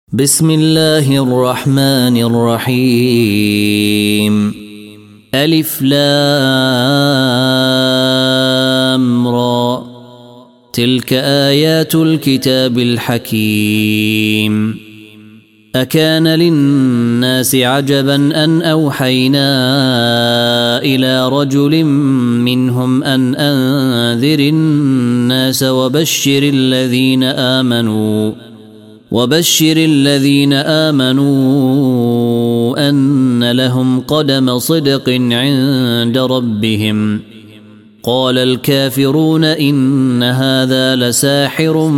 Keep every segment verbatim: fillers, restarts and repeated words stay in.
بسم الله الرحمن الرحيم. ألف لام را. تلك آيات الكتاب الحكيم. أكان للناس عجبا أن أوحينا إلى رجل منهم أن أنذر الناس وبشر الذين آمنوا وبشر الذين آمنوا أن لهم قدم صدق عند ربهم. قال الكافرون إن هذا لساحر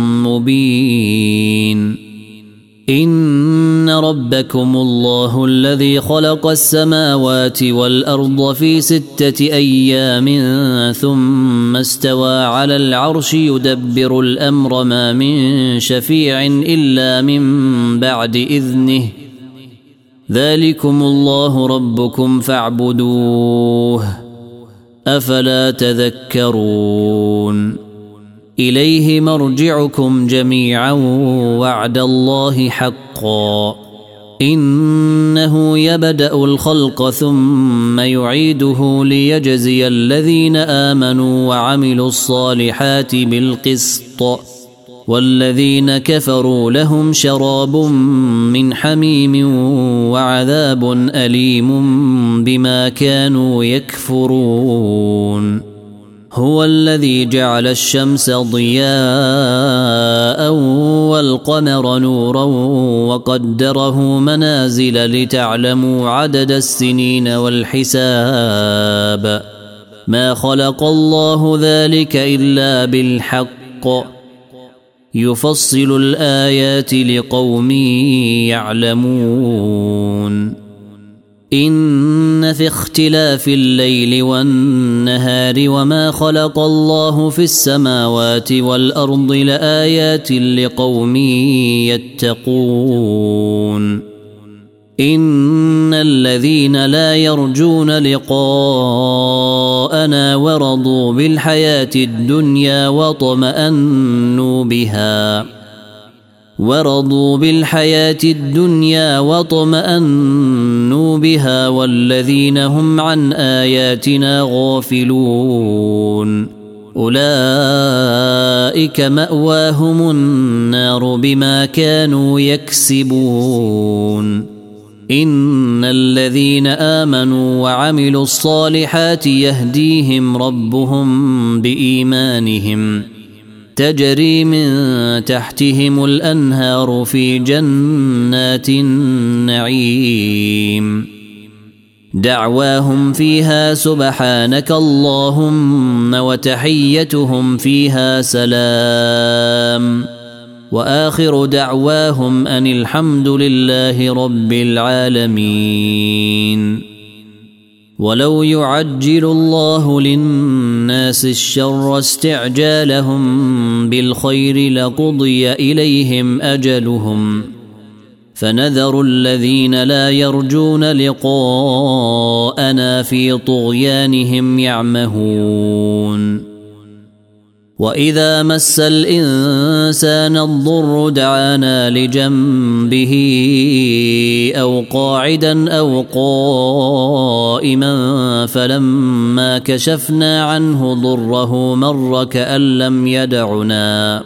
مبين. إن ربكم الله الذي خلق السماوات والأرض في ستة أيام ثم استوى على العرش يدبر الأمر ما من شفيع إلا من بعد إذنه. ذلكم الله ربكم فاعبدوه أفلا تذكرون. إليه مرجعكم جميعا وعد الله حقا. إنه يبدأ الخلق ثم يعيده ليجزي الذين آمنوا وعملوا الصالحات بالقسط والذين كفروا لهم شراب من حميم وعذاب أليم بما كانوا يكفرون. هو الذي جعل الشمس ضياء والقمر نورا وقدره منازل لتعلموا عدد السنين والحساب. ما خلق الله ذلك إلا بالحق يفصل الآيات لقوم يعلمون. إن في اختلاف الليل والنهار وما خلق الله في السماوات والأرض لآيات لقوم يتقون. إن الذين لا يرجون لقاءنا ورضوا بالحياة الدنيا واطمأنوا بها ورضوا بالحياة الدنيا واطمأنوا بها والذين هم عن آياتنا غافلون أولئك مأواهم النار بما كانوا يكسبون. إن الذين آمنوا وعملوا الصالحات يهديهم ربهم بإيمانهم تجري من تحتهم الأنهار في جنات النعيم. دعواهم فيها سبحانك اللهم وتحيتهم فيها سلام وآخر دعواهم أن الحمد لله رب العالمين. ولو يعجل الله للناس الشر استعجالهم بالخير لقضي إليهم أجلهم فنذر الذين لا يرجون لقاءنا في طغيانهم يعمهون. وإذا مس الإنسان الضر دعانا لجنبه أو قاعدا أو قائما فلما كشفنا عنه ضره مر كأن لم يدعنا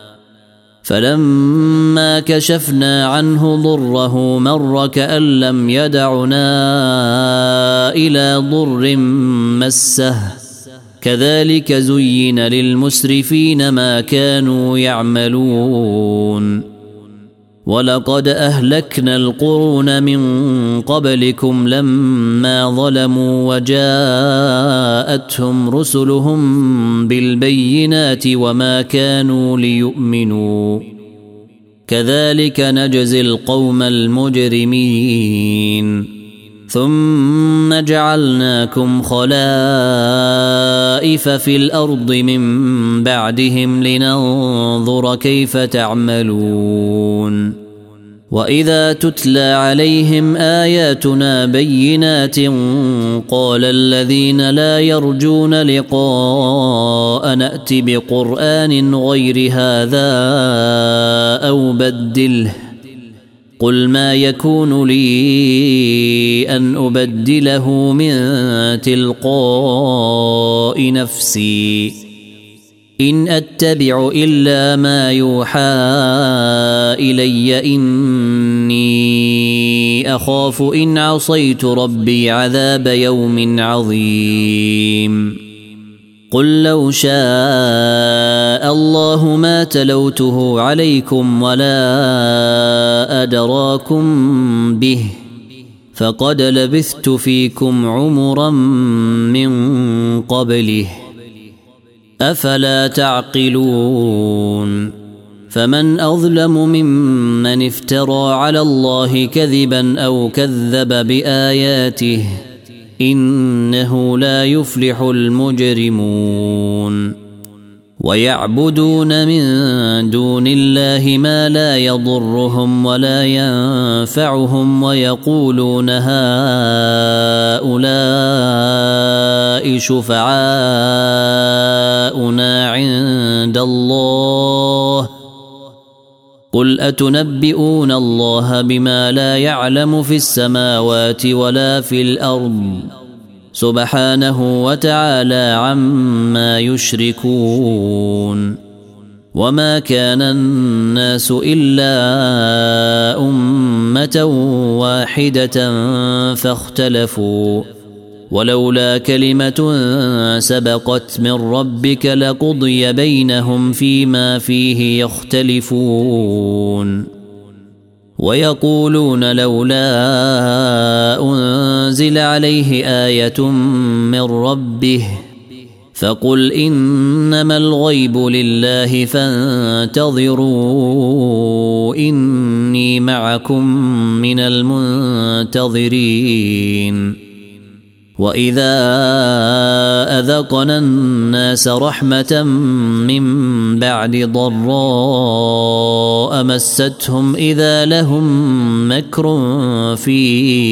فلما كشفنا عنه ضره مر كأن لم يدعنا إلى ضر مسه. كذلك زين للمسرفين ما كانوا يعملون. ولقد أهلكنا القرون من قبلكم لما ظلموا وجاءتهم رسلهم بالبينات وما كانوا ليؤمنوا. كذلك نجزي القوم المجرمين. ثم جعلناكم خلائف في الأرض من بعدهم لننظر كيف تعملون. وإذا تتلى عليهم آياتنا بينات قال الذين لا يرجون لقاء نأت بقرآن غير هذا أو بدله قل ما يكون لي أن أبدله من تلقاء نفسي إن أتبع إلا ما يوحى إلي إني أخاف إن عصيت ربي عذاب يوم عظيم قل لو شاء الله ما تلوته عليكم ولا أدراكم به فقد لبثت فيكم عمرا من قبله أفلا تعقلون فمن أظلم ممن افترى على الله كذبا أو كذب بآياته إنه لا يفلح المجرمون ويعبدون من دون الله ما لا يضرهم ولا ينفعهم ويقولون هؤلاء شفعاؤنا عند الله قل أتنبئون الله بما لا يعلم في السماوات ولا في الأرض سبحانه وتعالى عما يشركون وما كان الناس إلا أمة واحدة فاختلفوا ولولا كلمة سبقت من ربك لقضي بينهم فيما فيه يختلفون ويقولون لولا أنزل عليه آية من ربه فقل إنما الغيب لله فانتظروا إني معكم من المنتظرين وإذا أذقنا الناس رحمة من بعد ضراء مستهم إذا لهم مكر في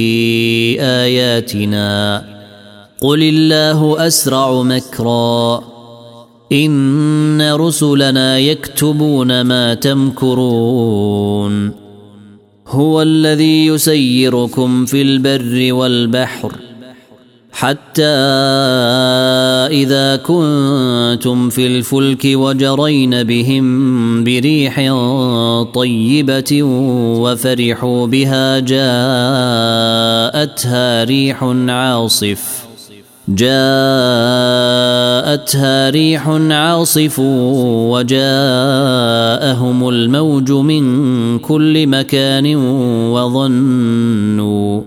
آياتنا قل الله أسرع مكرا إن رسلنا يكتبون ما تمكرون هو الذي يسيركم في البر والبحر حتى إذا كنتم في الفلك وجرين بهم بريح طيبة وفرحوا بها جاءتها ريح عاصف جاءتها ريح عاصف وجاءهم الموج من كل مكان وظنوا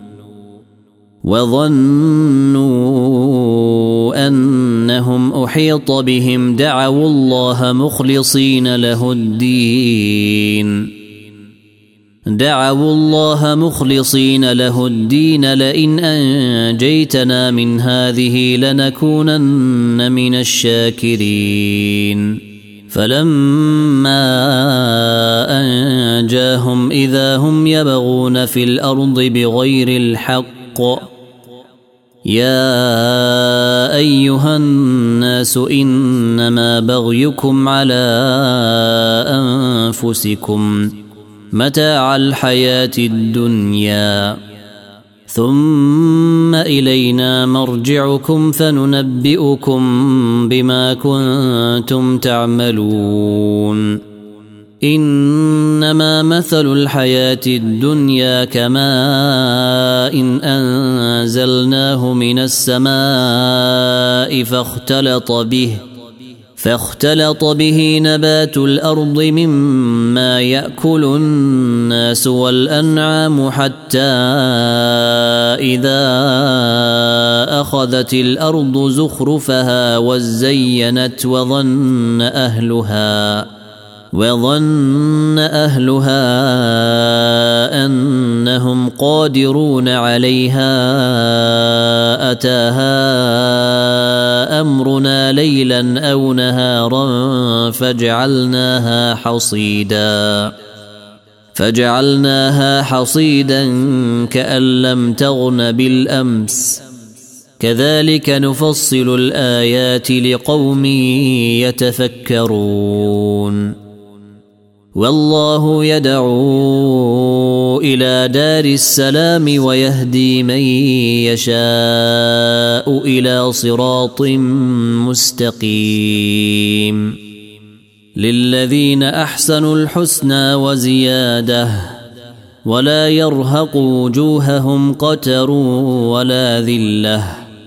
وظنوا أنهم أحيط بهم دعوا الله مخلصين له الدين دعوا الله مخلصين له الدين لئن أنجيتنا من هذه لنكونن من الشاكرين فلما أنجاهم إذا هم يبغون في الأرض بغير الحق يا أيها الناس إنما بغيكم على أنفسكم متاع الحياة الدنيا ثم إلينا مرجعكم فننبئكم بما كنتم تعملون إنما مثل الحياة الدنيا كماء إن أنزلناه من السماء فاختلط به فاختلط به نبات الأرض مما يأكل الناس والأنعام حتى إذا أخذت الأرض زخرفها وزينت وظن أهلها وظن أهلها أنهم قادرون عليها أتاها أمرنا ليلا أو نهارا فجعلناها حصيدا فجعلناها حصيدا كأن لم تغن بالأمس كذلك نفصل الآيات لقوم يتفكرون والله يدعو إلى دار السلام ويهدي من يشاء إلى صراط مستقيم للذين أحسنوا الحسنى وزيادة ولا يرهق وجوههم قتر ولا ذلة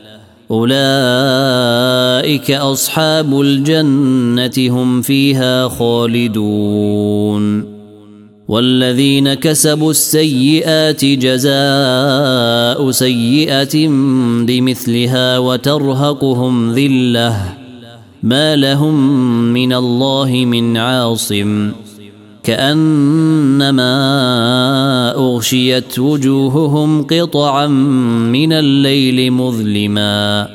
أولئك أصحاب الجنة هم فيها خالدون والذين كسبوا السيئات جزاء سيئة بمثلها وترهقهم ذلة ما لهم من الله من عاصم كأنما أغشيت وجوههم قطعا من الليل مظلما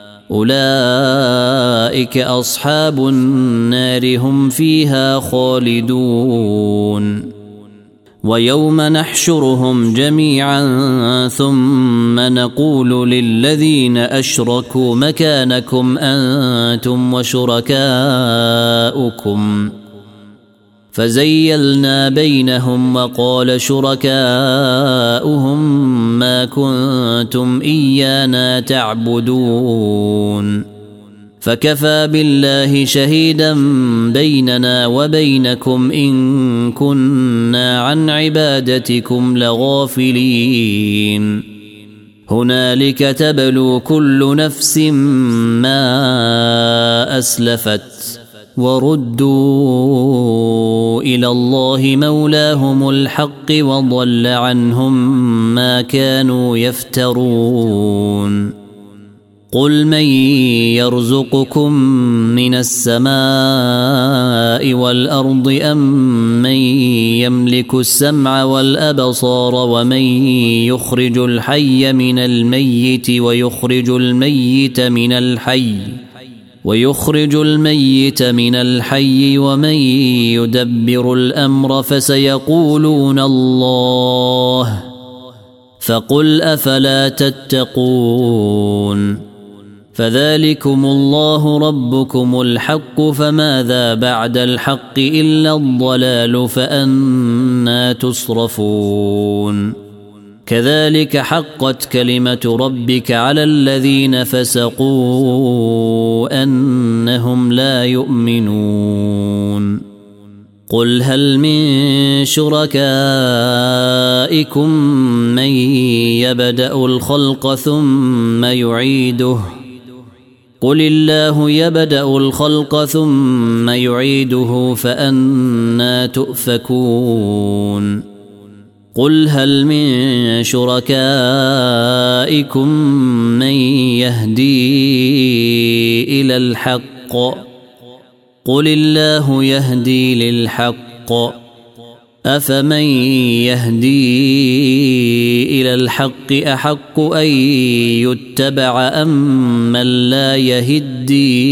أولئك أصحاب النار هم فيها خالدون ويوم نحشرهم جميعا ثم نقول للذين أشركوا مكانكم أنتم وشركاؤكم فزيلنا بينهم وقال شركاؤهم ما كنتم إيانا تعبدون فكفى بالله شهيدا بيننا وبينكم إن كنا عن عبادتكم لغافلين هنالك تبلو كل نفس ما أسلفت وردوا إلى الله مولاهم الحق وضل عنهم ما كانوا يفترون قل من يرزقكم من السماء والأرض أم من يملك السمع والأبصار ومن يخرج الحي من الميت ويخرج الميت من الحي ويخرج الميت من الحي ومن يدبر الأمر فسيقولون الله فقل أفلا تتقون فذلكم الله ربكم الحق فماذا بعد الحق إلا الضلال فأنى تصرفون كذلك حقت كلمة ربك على الذين فسقوا أنهم لا يؤمنون قل هل من شركائكم من يبدأ الخلق ثم يعيده قل الله يبدأ الخلق ثم يعيده فأنى تؤفكون قل هل من شركائكم من يهدي إلى الحق قل الله يهدي للحق أفمن يهدي إلى الحق أحق أن يتبع أم من لا يهدي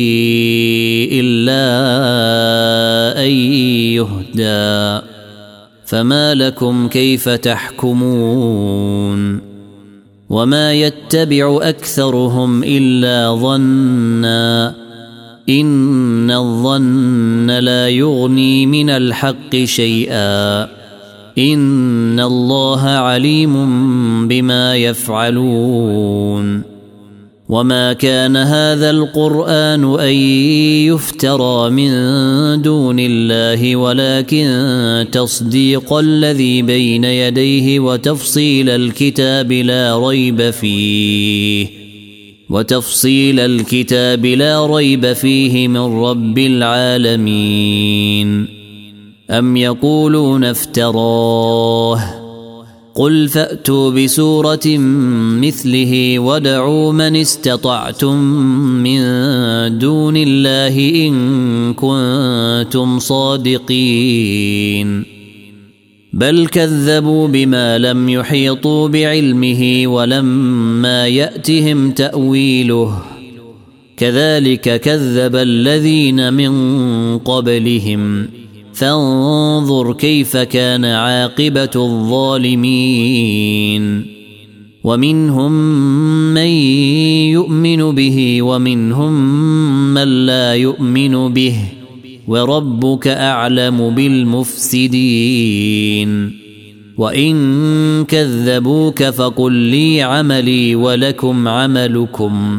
إلا أن يهدى فما لكم كيف تحكمون وما يتبع أكثرهم إلا ظنّا إن الظن لا يغني من الحق شيئا إن الله عليم بما يفعلون وما كان هذا القرآن أن يفترى من دون الله ولكن تصديق الذي بين يديه وتفصيل الكتاب لا ريب فيه وتفصيل الكتاب لا ريب فيه من رب العالمين أم يقولون افتراه قل فأتوا بسورة مثله ودعوا من استطعتم من دون الله إن كنتم صادقين بل كذبوا بما لم يحيطوا بعلمه ولما يأتهم تأويله كذلك كذب الذين من قبلهم فانظر كيف كان عاقبة الظالمين ومنهم من يؤمن به ومنهم من لا يؤمن به وربك أعلم بالمفسدين وإن كذبوك فقل لي عملي ولكم عملكم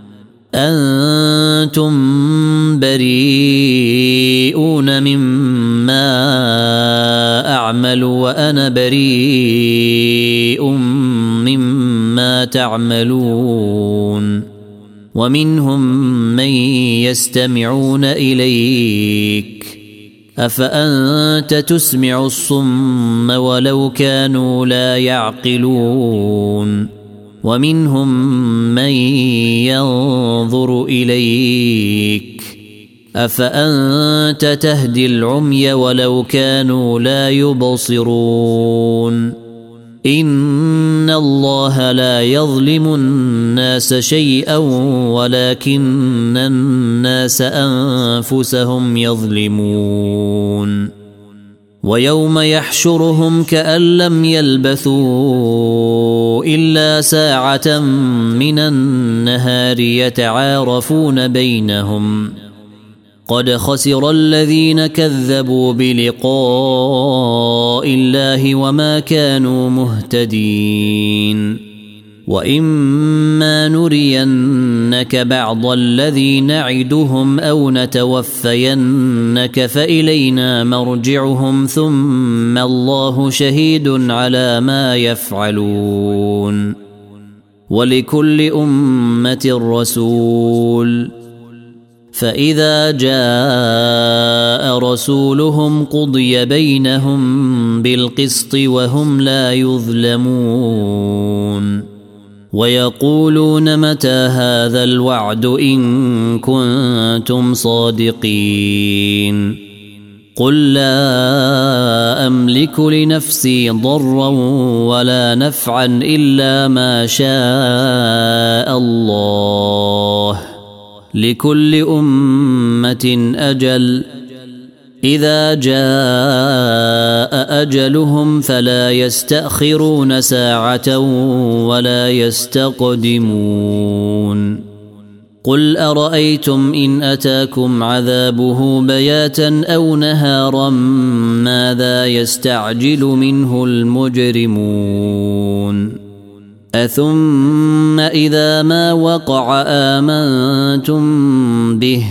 أنتم بريئون مما أعمل وأنا بريء مما تعملون ومنهم من يستمعون إليك أفأنت تسمع الصم ولو كانوا لا يعقلون ومنهم من ينظر إليك أفأنت تهدي العمي ولو كانوا لا يبصرون إن الله لا يظلم الناس شيئا ولكن الناس أنفسهم يظلمون ويوم يحشرهم كأن لم يلبثوا إلا ساعة من النهار يتعارفون بينهم قد خسر الذين كذبوا بلقاء الله وما كانوا مهتدين وإما نرينك بعض الذي نعدهم أو نتوفينك فإلينا مرجعهم ثم الله شهيد على ما يفعلون ولكل أمة رسول فإذا جاء رسولهم قضي بينهم بالقسط وهم لا يظلمون ويقولون متى هذا الوعد إن كنتم صادقين قل لا أملك لنفسي ضرا ولا نفعا إلا ما شاء الله لكل أمة أجل إذا جاء أجلهم فلا يستأخرون ساعة ولا يستقدمون قل أرأيتم إن أتاكم عذابه بياتا أو نهارا ماذا يستعجل منه المجرمون أثم إذا ما وقع آمنتم به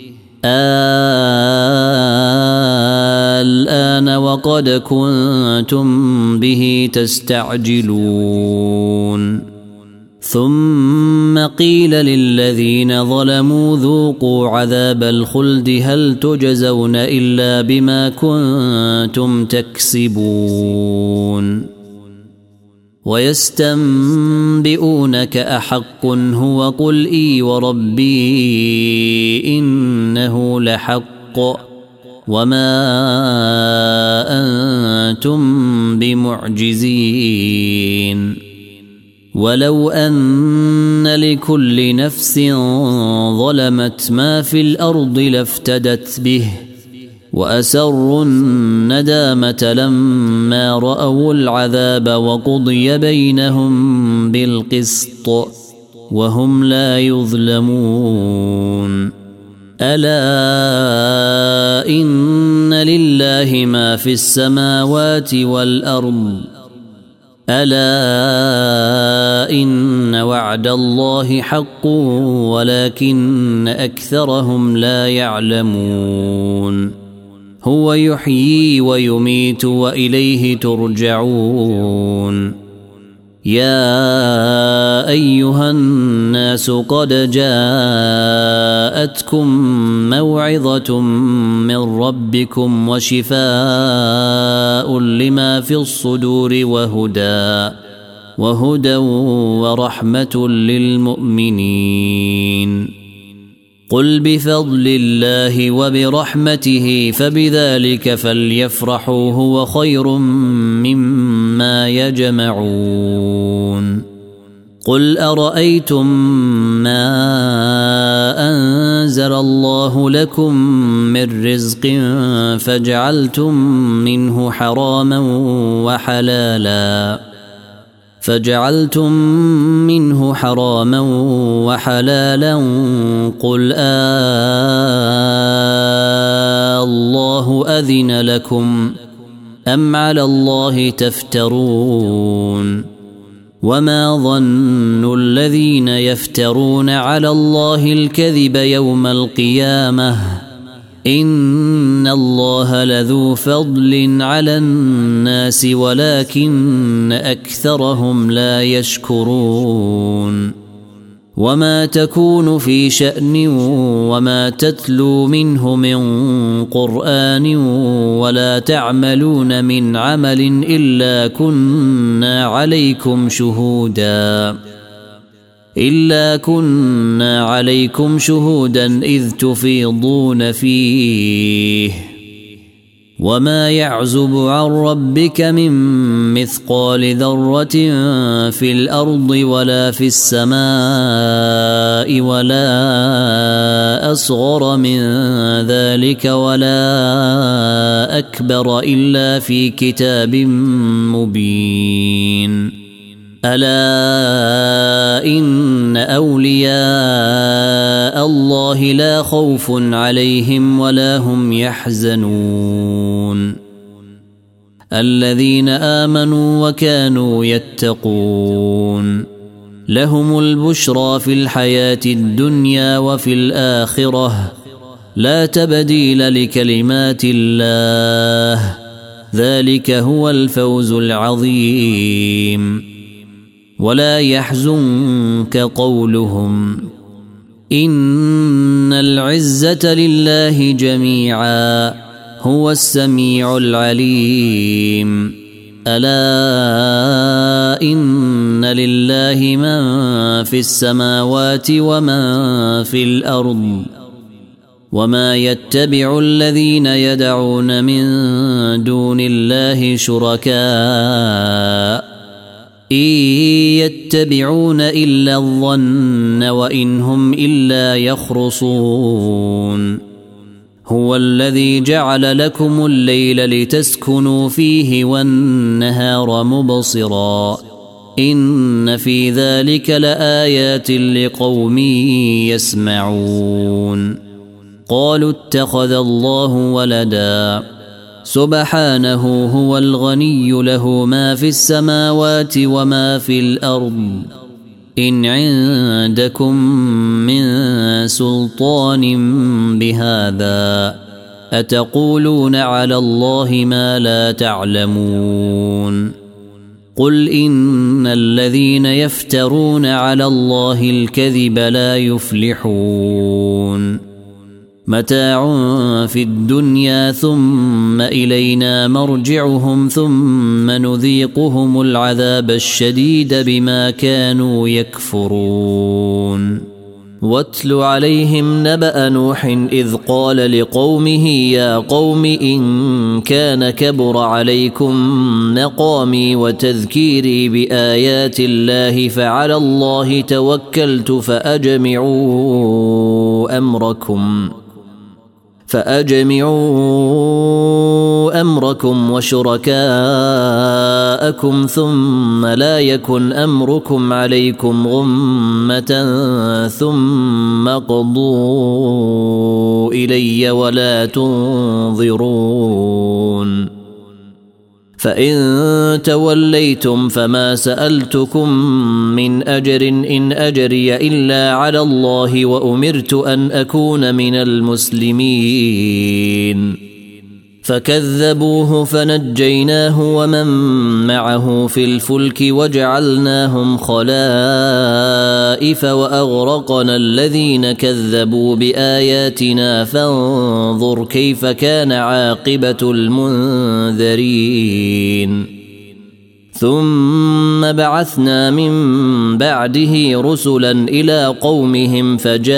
الآن وقد كنتم به تستعجلون ثم قيل للذين ظلموا ذوقوا عذاب الخلد هل تجزون إلا بما كنتم تكسبون ويستنبئونك أحق هو قل إي وربي إنه لحق وما أنتم بمعجزين ولو أن لكل نفس ظلمت ما في الأرض لافتدت به وأسروا الندامة لما رأوا العذاب وقضي بينهم بالقسط وهم لا يظلمون ألا إن لله ما في السماوات والأرض ألا إن وعد الله حق ولكن أكثرهم لا يعلمون هو يحيي ويميت وإليه ترجعون يا أيها الناس قد جاءتكم موعظة من ربكم وشفاء لما في الصدور وهدى وهدى ورحمة للمؤمنين قل بفضل الله وبرحمته فبذلك فليفرحوا هو خير مما يجمعون قل أرأيتم ما أنزل الله لكم من رزق فجعلتم منه حراما وحلالا فجعلتم منه حراما وحلالا قل آه الله أذن لكم أم على الله تفترون وما ظن الذين يفترون على الله الكذب يوم القيامة إن الله لذو فضل على الناس ولكن أكثرهم لا يشكرون وما تكون في شأن وما تتلو منه من قرآن ولا تعملون من عمل إلا كنا عليكم شهودا إلا كنا عليكم شهودا إذ تفيضون فيه وما يعزب عن ربك من مثقال ذرة في الأرض ولا في السماء ولا أصغر من ذلك ولا أكبر إلا في كتاب مبين ألا إن أولياء الله لا خوف عليهم ولا هم يحزنون الذين آمنوا وكانوا يتقون لهم البشرى في الحياة الدنيا وفي الآخرة لا تبديل لكلمات الله ذلك هو الفوز العظيم ولا يحزنك قولهم إن العزة لله جميعا هو السميع العليم ألا إن لله من في السماوات ومن في الأرض وما يتبع الذين يدعون من دون الله شركاء إن يتبعون إلا الظن وإن هم إلا يخرصون هو الذي جعل لكم الليل لتسكنوا فيه والنهار مبصرا إن في ذلك لآيات لقوم يسمعون قالوا اتخذ الله ولدا سبحانه هو الغني له ما في السماوات وما في الأرض إن عندكم من سلطان بهذا أتقولون على الله ما لا تعلمون قل إن الذين يفترون على الله الكذب لا يفلحون متاع في الدنيا ثم إلينا مرجعهم ثم نذيقهم العذاب الشديد بما كانوا يكفرون واتل عليهم نبأ نوح إذ قال لقومه يا قوم إن كان كبر عليكم مقامي وتذكيري بآيات الله فعلى الله توكلت فأجمعوا أمركم فأجمعوا أمركم وشركاءكم ثم لا يكن أمركم عليكم غمة ثم قضوا إلي ولا تنظرون فإن توليتم فما سألتكم من أجر إن أجري إلا على الله وأمرت أن أكون من المسلمين فكذبوه فنجيناه ومن معه في الفلك وجعلناهم خلائف وأغرقنا الذين كذبوا بآياتنا فانظر كيف كان عاقبة المنذرين ثم بعثنا من بعده رسلا إلى قومهم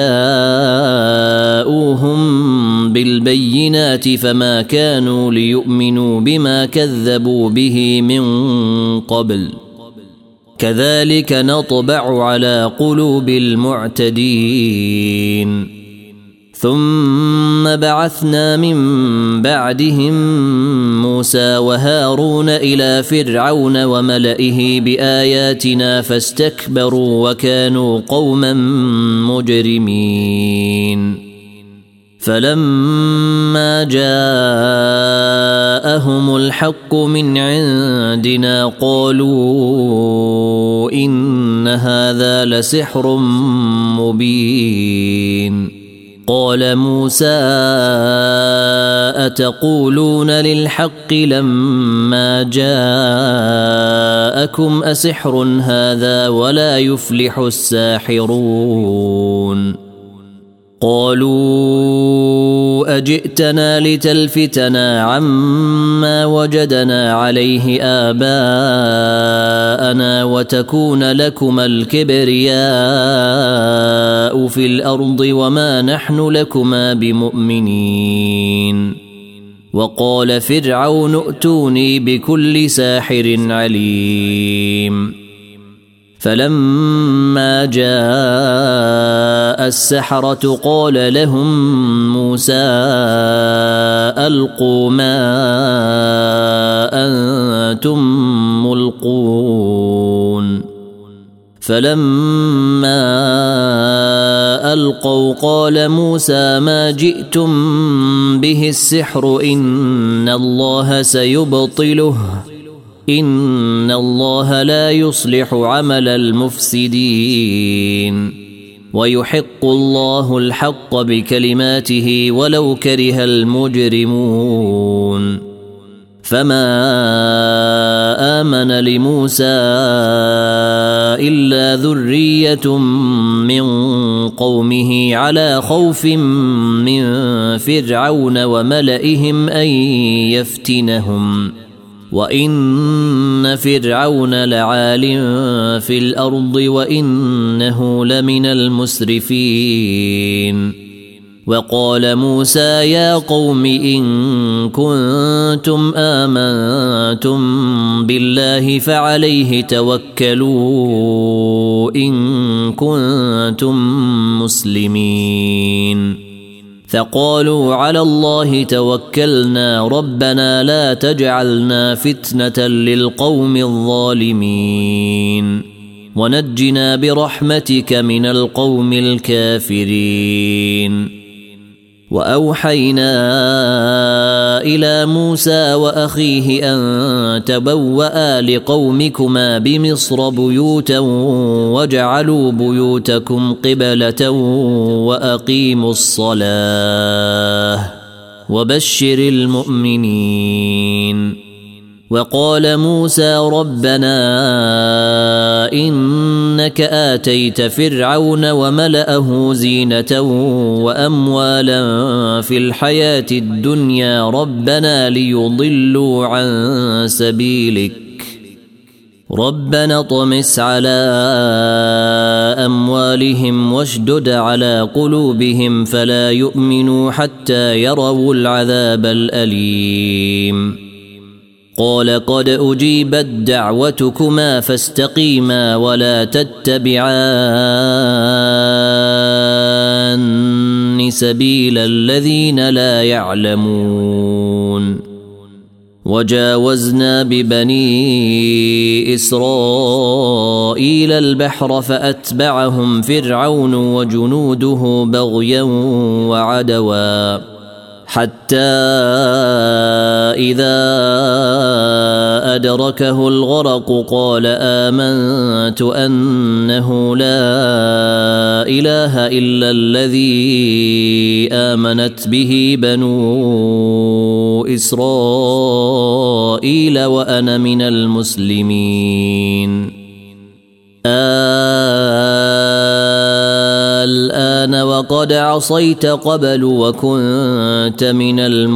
فجاءوهم بالبينات فما كانوا ليؤمنوا بما كذبوا به من قبل كذلك نطبع على قلوب المعتدين ثم بعثنا من بعدهم موسى وهارون إلى فرعون وملئه بآياتنا فاستكبروا وكانوا قوما مجرمين فلما جاءهم الحق من عندنا قالوا إن هذا لسحر مبين. قال موسى أتقولون للحق لما جاءكم أسحر هذا ولا يفلح الساحرون. قالوا أجئتنا لتلفتنا عما وجدنا عليه آباءنا وتكون لكما الكبرياء في الأرض وما نحن لكما بمؤمنين. وقال فرعون ائتوني بكل ساحر عليم. فلما جاء السحرة قال لهم موسى ألقوا ما أنتم ملقون. فلما ألقوا قال موسى ما جئتم به السحر إن الله سيبطله إن الله لا يصلح عمل المفسدين ويحق الله الحق بكلماته ولو كره المجرمون. فما آمن لموسى إلا ذرية من قومه على خوف من فرعون وملئهم أن يفتنهم وإن فرعون لعال في الأرض وإنه لمن المسرفين. وقال موسى يا قوم إن كنتم آمنتم بالله فعليه توكلوا إن كنتم مسلمين. فقالوا على الله توكلنا ربنا لا تجعلنا فتنة للقوم الظالمين ونجنا برحمتك من القوم الكافرين. وأوحينا إلى موسى وأخيه أن تبوأ لقومكما بمصر بيوتا واجعلوا بيوتكم قبلة وأقيموا الصلاة وبشر المؤمنين. وقال موسى ربنا إنك آتيت فرعون وملأه زينة وأموالا في الحياة الدنيا ربنا ليضلوا عن سبيلك ربنا طمس على أموالهم واشدد على قلوبهم فلا يؤمنوا حتى يروا العذاب الأليم. قال قد أجيبت دعوتكما فاستقيما ولا تتبعان سبيل الذين لا يعلمون. وجاوزنا ببني إسرائيل البحر فأتبعهم فرعون وجنوده بغيا وعدوا حتى إذا أدركه الغرق قال آمنت أنه لا إله إلا الذي آمنت به بنو إسرائيل وأنا من المسلمين. الآن وقد عصيت قبل وكنت من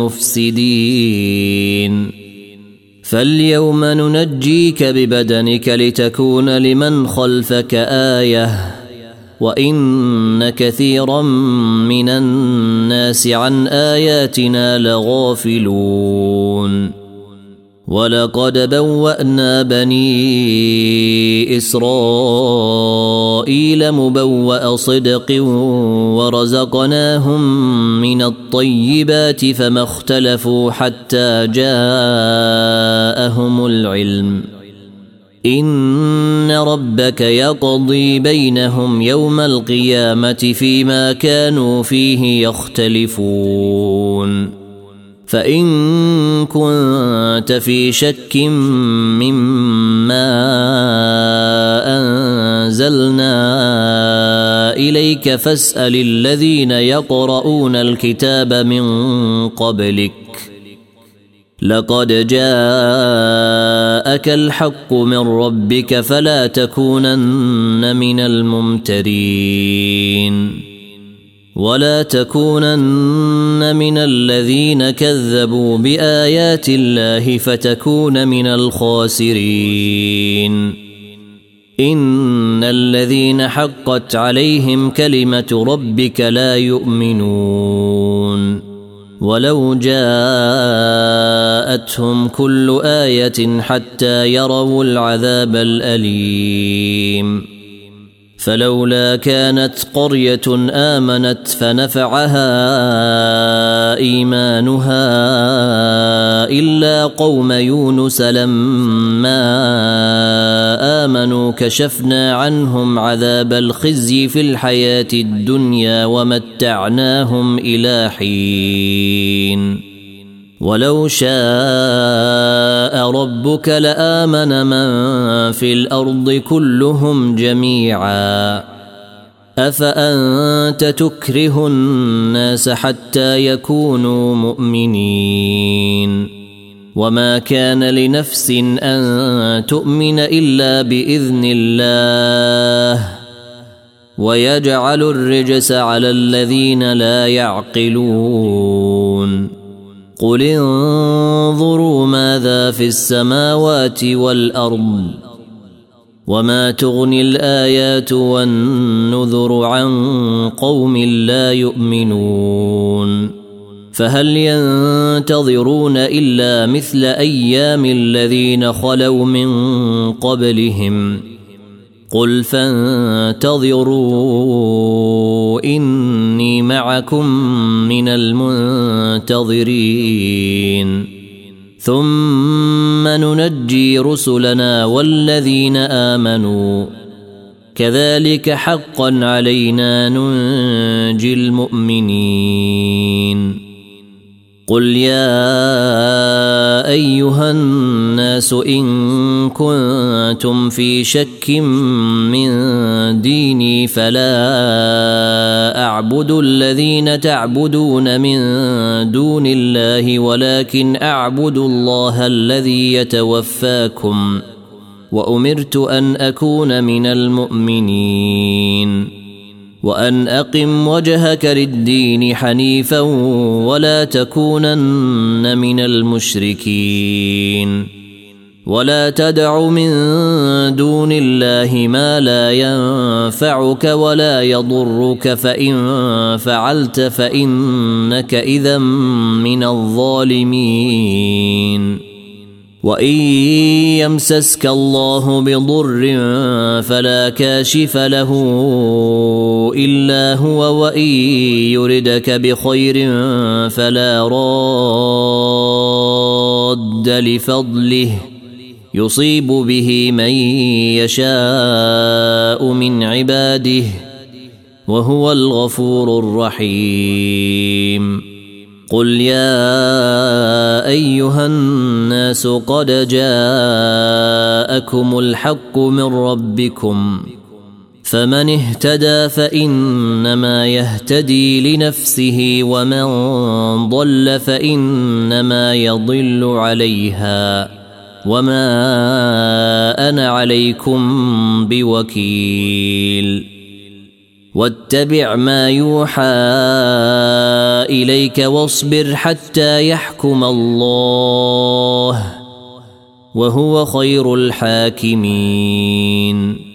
المفسدين فاليوم ننجيك ببدنك لتكون لمن خلفك آية وإن كثيرا من الناس عن آياتنا لغافلون. ولقد بوأنا بني إسرائيل مبوأ صدق ورزقناهم من الطيبات فما اختلفوا حتى جاءهم العلم إن ربك يقضي بينهم يوم القيامة فيما كانوا فيه يختلفون فإن كنت في شك مما أنزلنا إليك فاسأل الذين يقرؤون الكتاب من قبلك لقد جاءك الحق من ربك فلا تكونن من الممترين ولا تكونن من الذين كذبوا بآيات الله فتكون من الخاسرين إن الذين حقت عليهم كلمة ربك لا يؤمنون ولو جاءتهم كل آية حتى يروا العذاب الأليم فلولا كانت قرية آمنت فنفعها إيمانها إلا قوم يونس لما آمنوا كشفنا عنهم عذاب الخزي في الحياة الدنيا ومتعناهم إلى حين ولو شاء ربك لآمن من في الأرض كلهم جميعا أفأنت تكره الناس حتى يكونوا مؤمنين وما كان لنفس أن تؤمن إلا بإذن الله ويجعل الرجس على الذين لا يعقلون قل انظروا ماذا في السماوات والأرض وما تغني الآيات والنذر عن قوم لا يؤمنون فهل ينتظرون إلا مثل أيام الذين خلوا من قبلهم قل فانتظروا إني معكم من المنتظرين ثم ننجي رسلنا والذين آمنوا كذلك حقا علينا ننجي المؤمنين قل يا أيها الناس إن كنتم في شك من ديني فلا أعبد الذين تعبدون من دون الله ولكن أعبد الله الذي يتوفاكم وأمرت أن أكون من المؤمنين وأن أقم وجهك للدين حنيفا ولا تكونن من المشركين ولا تدع من دون الله ما لا ينفعك ولا يضرك فإن فعلت فإنك إذا من الظالمين وإن يمسسك الله بضر فلا كاشف له إلا هو وإن يردك بخير فلا راد لفضله يصيب به من يشاء من عباده وهو الغفور الرحيم قل يا أيها الناس قد جاءكم الحق من ربكم فمن اهتدى فإنما يهتدي لنفسه ومن ضل فإنما يضل عليها وما أنا عليكم بوكيل واتبع ما يوحى إليك واصبر حتى يحكم الله وهو خير الحاكمين